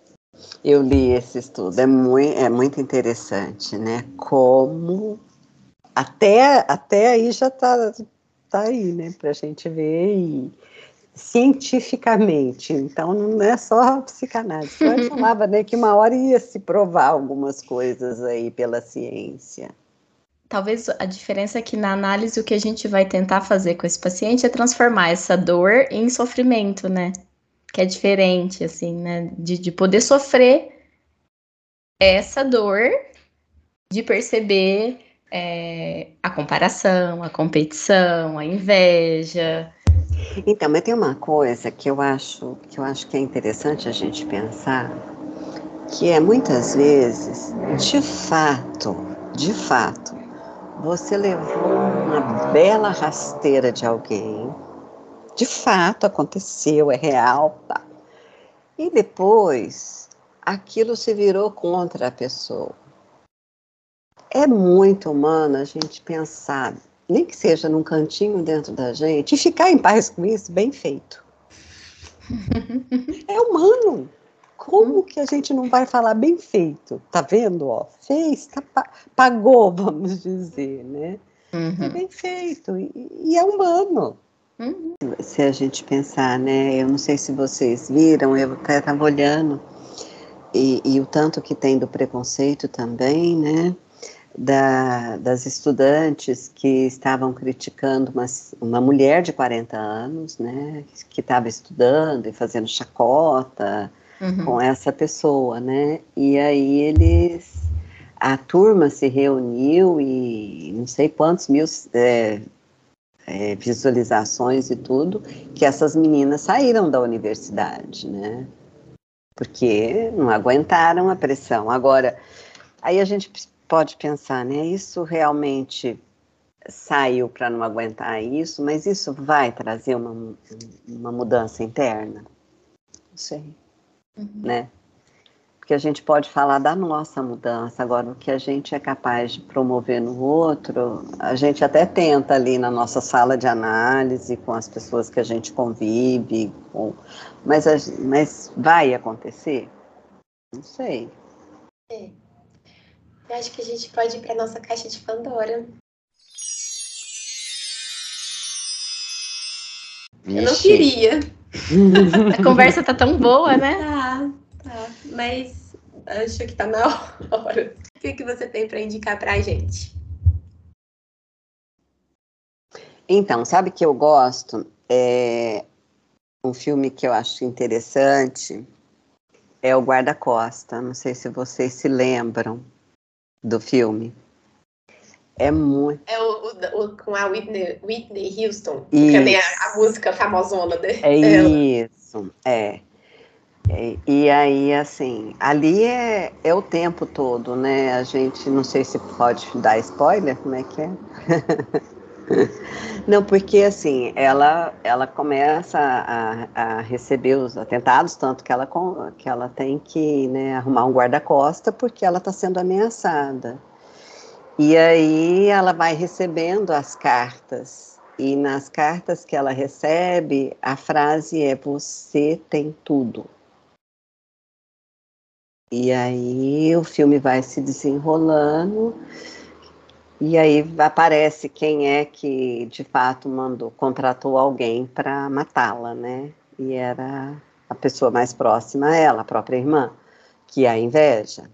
Eu li esse estudo, é muito, é muito interessante, né? Como até, até aí já está tá aí, né? Para a gente ver e, cientificamente. Então não é só a psicanálise. Freud falava, né, que uma hora ia se provar algumas coisas aí pela ciência. Talvez a diferença é que na análise o que a gente vai tentar fazer com esse paciente é transformar essa dor em sofrimento, né? Que é diferente, assim, né? De, de poder sofrer essa dor, de perceber é, a comparação, a competição, a inveja. Então, mas tem uma coisa que eu acho que eu acho que é interessante a gente pensar, que é muitas vezes, de fato, de fato, você levou uma bela rasteira de alguém, de fato aconteceu, é real, tá? E depois aquilo se virou contra a pessoa. É muito humano a gente pensar, nem que seja num cantinho dentro da gente, e ficar em paz com isso, bem feito. É humano. Como que a gente não vai falar bem feito? Tá vendo, ó? Fez, tá, pagou, vamos dizer, né? Uhum. É bem feito e, e é humano. Uhum. Se a gente pensar, né? Eu não sei se vocês viram, eu até estava olhando, e, e o tanto que tem do preconceito também, né? Da, das estudantes que estavam criticando uma, uma mulher de quarenta anos, né? Que estava estudando e fazendo chacota Uhum. com essa pessoa, né? E aí eles, a turma se reuniu e não sei quantos mil é, é, visualizações e tudo, que essas meninas saíram da universidade, né? Porque não aguentaram a pressão. Agora, aí a gente pode pensar, né? Isso realmente saiu para não aguentar isso, mas isso vai trazer uma, uma mudança interna? Não sei, uhum. Né? Porque a gente pode falar da nossa mudança, agora o que a gente é capaz de promover no outro, a gente até tenta ali na nossa sala de análise, com as pessoas que a gente convive, com... mas, a... mas vai acontecer? Não sei. É. Eu acho que a gente pode ir para nossa caixa de Pandora. Vixe. Eu não queria. A conversa tá tão boa, né? Tá, tá. Mas acho que tá na hora. O que, que você tem para indicar pra gente? Então, sabe que eu gosto? É um filme que eu acho interessante é o Guarda-Costa. Não sei se vocês se lembram do filme. É muito... É o, o, o com a Whitney, Whitney Houston, que também é a, a música famosona dela. É isso, é. é. E aí, assim, ali é, é o tempo todo, né? A gente, não sei se pode dar spoiler, como é que é? Não, porque assim, ela, ela começa a, a receber os atentados, tanto que ela, que ela tem que, né, arrumar um guarda-costa porque ela está sendo ameaçada. E aí ela vai recebendo as cartas, e nas cartas que ela recebe, a frase é: você tem tudo. E aí o filme vai se desenrolando, e aí aparece quem é que de fato mandou, contratou alguém para matá-la, né? E era a pessoa mais próxima a ela, a própria irmã, que é a inveja.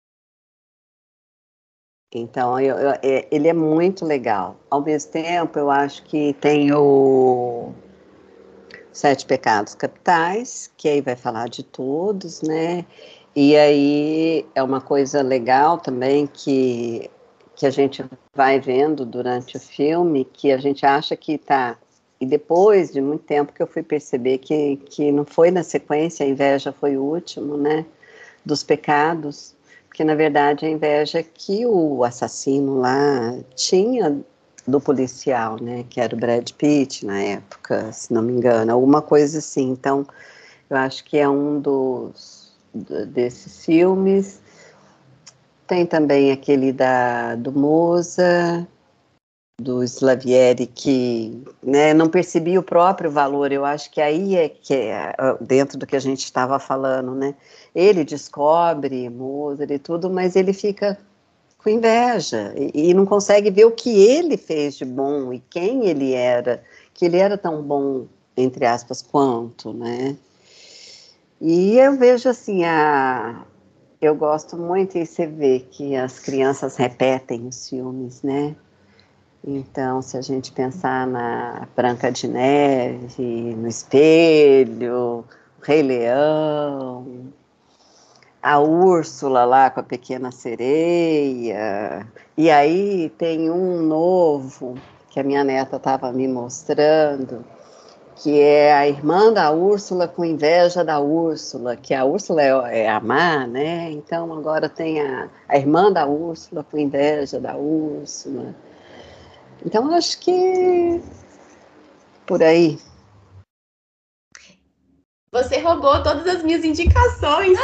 Então, eu, eu, é, ele é muito legal. Ao mesmo tempo, eu acho que tem o Sete Pecados Capitais, que aí vai falar de todos, né? E aí é uma coisa legal também que, que a gente vai vendo durante o filme, que a gente acha que está... E depois de muito tempo que eu fui perceber que, que não foi na sequência, a inveja foi o último, né? Dos pecados, porque na verdade a inveja que o assassino lá tinha do policial, né, que era o Brad Pitt na época, se não me engano, alguma coisa assim. Então, eu acho que é um dos desses filmes. Tem também aquele da do Moza, do Slavieri, que, né, não percebia o próprio valor. Eu acho que aí é que é dentro do que a gente estava falando, né? Ele descobre Mozart e tudo, mas ele fica com inveja e, e não consegue ver o que ele fez de bom e quem ele era, que ele era tão bom, entre aspas, quanto, né? E eu vejo assim, a, eu gosto muito, e você vê que as crianças repetem os filmes, né? Então, se a gente pensar na Branca de Neve, no Espelho, o Rei Leão, a Úrsula lá com a Pequena Sereia, e aí tem um novo que a minha neta estava me mostrando, que é a irmã da Úrsula com inveja da Úrsula, que a Úrsula é, é a má, né? Então agora tem a, a irmã da Úrsula com inveja da Úrsula. Então acho que por aí. Você roubou todas as minhas indicações.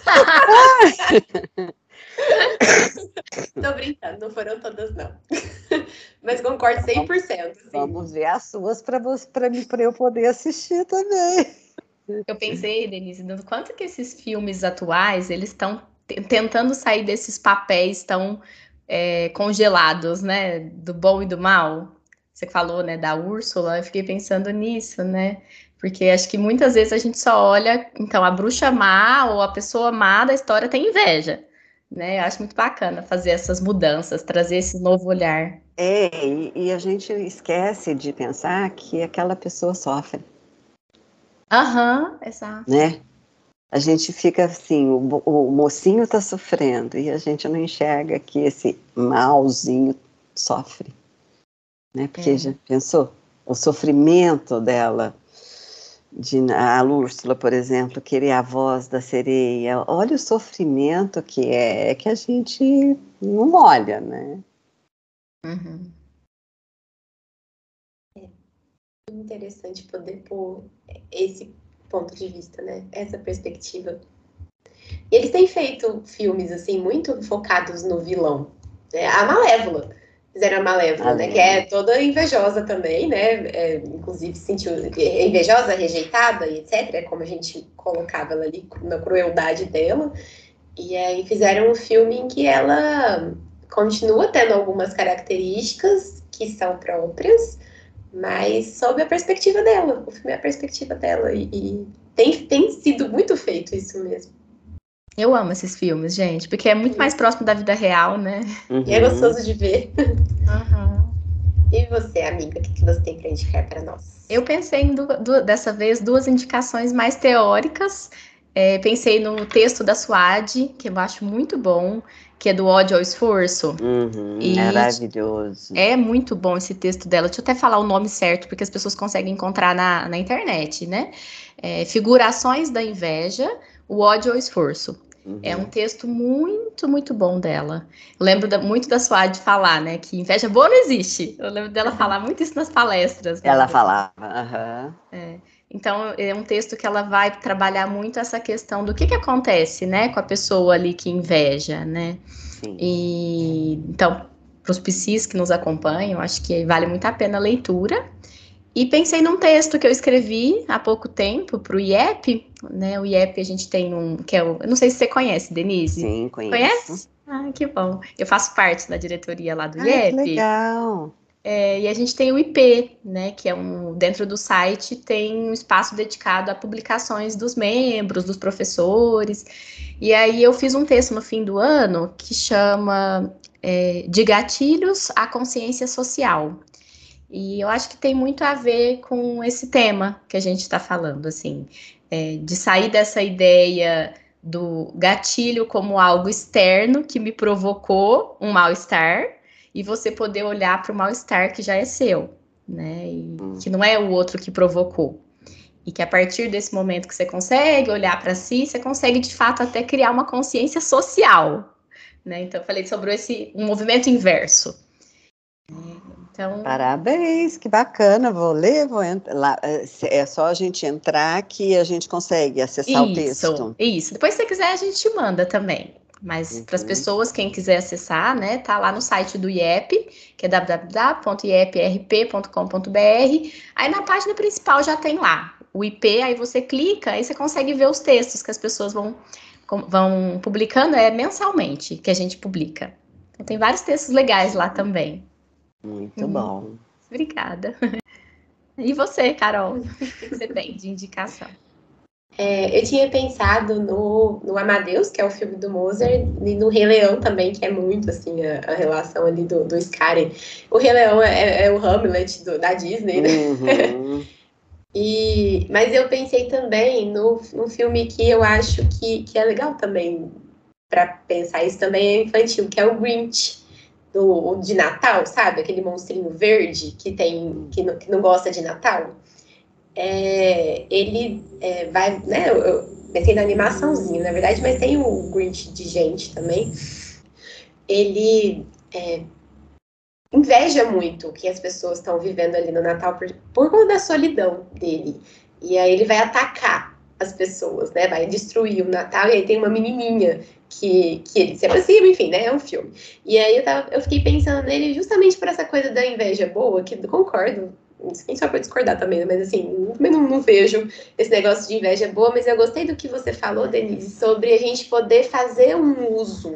Tô brincando, não foram todas, não. Mas concordo cem por cento. Sim. Vamos ver as suas para eu poder assistir também. Eu pensei, Denise, no quanto que esses filmes atuais, eles estão tentando sair desses papéis tão é, congelados, né? Do bom e do mal. Você falou, né, da Úrsula, eu fiquei pensando nisso, né? Porque acho que muitas vezes a gente só olha, então, a bruxa má ou a pessoa má da história tem inveja, né? Eu acho muito bacana fazer essas mudanças, trazer esse novo olhar. É, e, e a gente esquece de pensar que aquela pessoa sofre. Aham, exato. Né? A gente fica assim, o, o mocinho está sofrendo e a gente não enxerga que esse malzinho sofre, né? Porque É. já pensou? O sofrimento dela, de a Úrsula, por exemplo, querer a voz da sereia, olha o sofrimento que é, é que a gente não olha, né? Uhum. É interessante poder pôr esse ponto de vista, né? Essa perspectiva. E eles têm feito filmes, assim, muito focados no vilão. Né? A Malévola. Fizeram a Malévola, né? Que é toda invejosa também, né? É, inclusive se sentiu invejosa, rejeitada e etcétera. É como a gente colocava ela ali, na crueldade dela. E aí fizeram um filme em que ela continua tendo algumas características que são próprias, mas sob a perspectiva dela. O filme é a perspectiva dela. E, e tem, tem sido muito feito isso mesmo. Eu amo esses filmes, gente, porque é muito mais próximo da vida real, né? Uhum. E é gostoso de ver. Uhum. E você, amiga, o que, que você tem para indicar para nós? Eu pensei, em du du dessa vez, duas indicações mais teóricas. É, pensei no texto da Suade, que eu acho muito bom, que é do ódio ao esforço. Uhum, e maravilhoso. É muito bom esse texto dela. Deixa eu até falar o nome certo, porque as pessoas conseguem encontrar na, na internet, né? É, Figurações da Inveja, o ódio ao esforço. Uhum. É um texto muito, muito bom dela. Eu lembro da, muito da Suade falar, né? Que inveja boa não existe. Eu lembro dela falar muito isso nas palestras. Né? Ela falava. Uhum. É. Então, é um texto que ela vai trabalhar muito essa questão do que, que acontece, né? Com a pessoa ali que inveja, né? Sim. E, então, para os psis que nos acompanham, acho que vale muito a pena a leitura. E pensei num texto que eu escrevi há pouco tempo para o I E P, né? O I E P a gente tem um, que é o, eu não sei se você conhece, Denise. Sim, conheço. Conhece? Ah, que bom. Eu faço parte da diretoria lá do Ah, que I E P. legal. É, e a gente tem o I P, né? Que é um, dentro do site tem um espaço dedicado a publicações dos membros, dos professores. E aí eu fiz um texto no fim do ano que chama é, De Gatilhos à Consciência Social. E eu acho que tem muito a ver com esse tema que a gente está falando, assim, é, de sair dessa ideia do gatilho como algo externo que me provocou um mal-estar e você poder olhar para o mal-estar que já é seu, né? E que não é o outro que provocou. E que a partir desse momento que você consegue olhar para si, você consegue de fato até criar uma consciência social, né? Então eu falei sobre esse um movimento inverso. Então, parabéns, que bacana, vou ler, vou entrar lá, é só a gente entrar que a gente consegue acessar isso, o texto. Isso, depois se você quiser a gente manda também, mas uhum. Para as pessoas, quem quiser acessar, né, tá lá no site do I E P, que é w w w ponto i e p r p ponto com ponto b r, aí na página principal já tem lá o I P, aí você clica, aí você consegue ver os textos que as pessoas vão, vão publicando, é mensalmente que a gente publica, então tem vários textos legais lá também. Muito hum. bom. Obrigada. E você, Carol? O que você tem de indicação? É, eu tinha pensado no, no Amadeus, que é o filme do Mozart, e no Rei Leão também, que é muito, assim, a, a relação ali do, do Scar. O Rei Leão é, é o Hamlet do, da Disney, né? Uhum. e, mas eu pensei também no, no filme que eu acho que, que é legal também, para pensar isso também, é infantil, que é o Grinch. Do, de Natal, sabe? Aquele monstrinho verde que tem que não, que não gosta de Natal. É, ele é, vai, né? Eu, eu pensei na animaçãozinha, na verdade, mas tem o Grinch de gente também. Ele é, inveja muito o que as pessoas estão vivendo ali no Natal por, por conta da solidão dele. E aí ele vai atacar as pessoas, né? Vai destruir o Natal. E aí tem uma menininha que, que ele se aproxima, enfim, né? É um filme. E aí eu, tava, eu fiquei pensando nele justamente por essa coisa da inveja boa, que eu concordo. Quem só pode discordar também, né? Mas assim, também não, não vejo esse negócio de inveja boa, mas eu gostei do que você falou, Denise, sobre a gente poder fazer um uso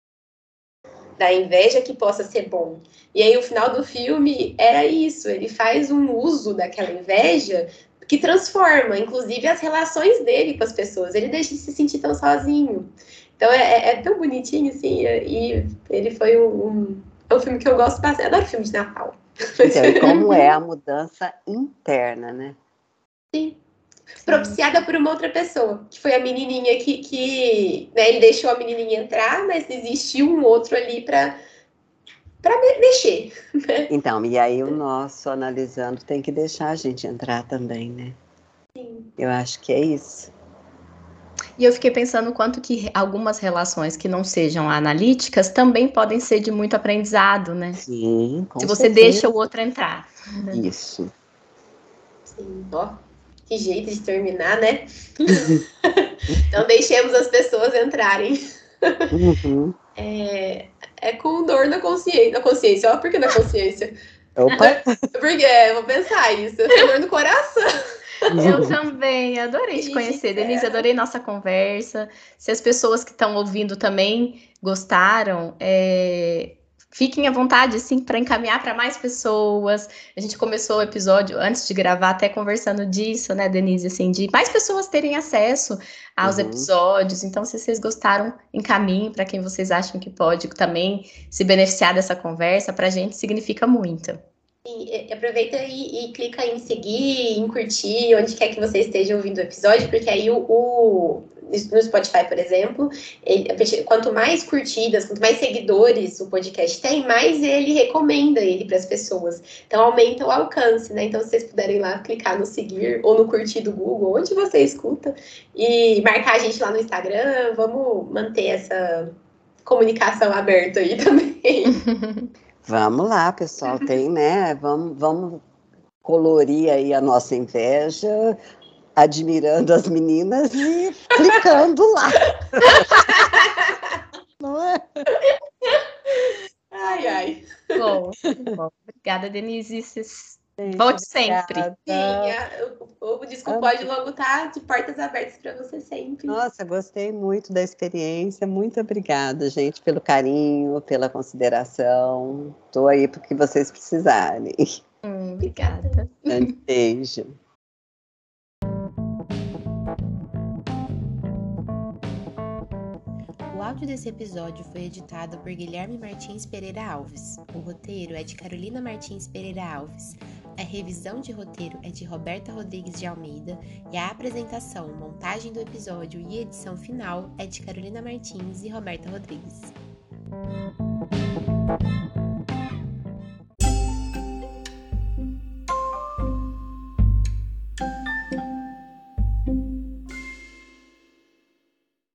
da inveja que possa ser bom. E aí o final do filme era isso, ele faz um uso daquela inveja que transforma, inclusive, as relações dele com as pessoas. Ele deixa de se sentir tão sozinho. Então é, é tão bonitinho, assim, e ele foi um, um, é um filme que eu gosto bastante. Eu adoro filme de Natal. Então, e como é a mudança interna, né? Sim. Propiciada por uma outra pessoa, que foi a menininha que, que né, ele deixou a menininha entrar, mas existiu um outro ali para para mexer. Né? Então, e aí o nosso analisando tem que deixar a gente entrar também, né? Sim. Eu acho que é isso. E eu fiquei pensando o quanto que algumas relações que não sejam analíticas também podem ser de muito aprendizado, né? Sim, com Se você certeza. deixa o outro entrar. Isso. Sim, ó, que jeito de terminar, né? Então deixemos as pessoas entrarem. Uhum. É, é com dor na consciência. Na consciência, ó, por que na consciência? Opa! Porque eu vou pensar isso, essa dor no coração. Eu também, adorei te conhecer, Denise, adorei nossa conversa. Se as pessoas que estão ouvindo também gostaram, é... fiquem à vontade, assim, para encaminhar para mais pessoas. A gente começou o episódio, antes de gravar, até conversando disso, né, Denise, assim, de mais pessoas terem acesso aos uhum. episódios. Então, se vocês gostaram, encaminhem para quem vocês acham que pode também se beneficiar dessa conversa. Para a gente significa muito. E aproveita e, e clica em seguir, em curtir, onde quer que você esteja ouvindo o episódio, porque aí o, o no Spotify, por exemplo, ele, quanto mais curtidas, quanto mais seguidores o podcast tem, mais ele recomenda ele para as pessoas. Então aumenta o alcance, né? Então se vocês puderem lá clicar no seguir ou no curtir do Google, onde você escuta, e marcar a gente lá no Instagram, vamos manter essa comunicação aberta aí também. Vamos lá, pessoal, tem, né? Vamos, vamos colorir aí a nossa inveja, admirando as meninas e clicando lá. Não é? Ai, ai. Bom, bom. Obrigada, Denise. Volte sempre. Sim, O Disco Pode logo tá de portas abertas para você sempre. Nossa, gostei muito da experiência. Muito obrigada, gente, pelo carinho, pela consideração. Estou aí para o que vocês precisarem. Hum, obrigada. Um beijo. O áudio desse episódio foi editado por Guilherme Martins Pereira Alves. O roteiro é de Carolina Martins Pereira Alves. A revisão de roteiro é de Roberta Rodrigues de Almeida e a apresentação, montagem do episódio e edição final é de Carolina Martins e Roberta Rodrigues.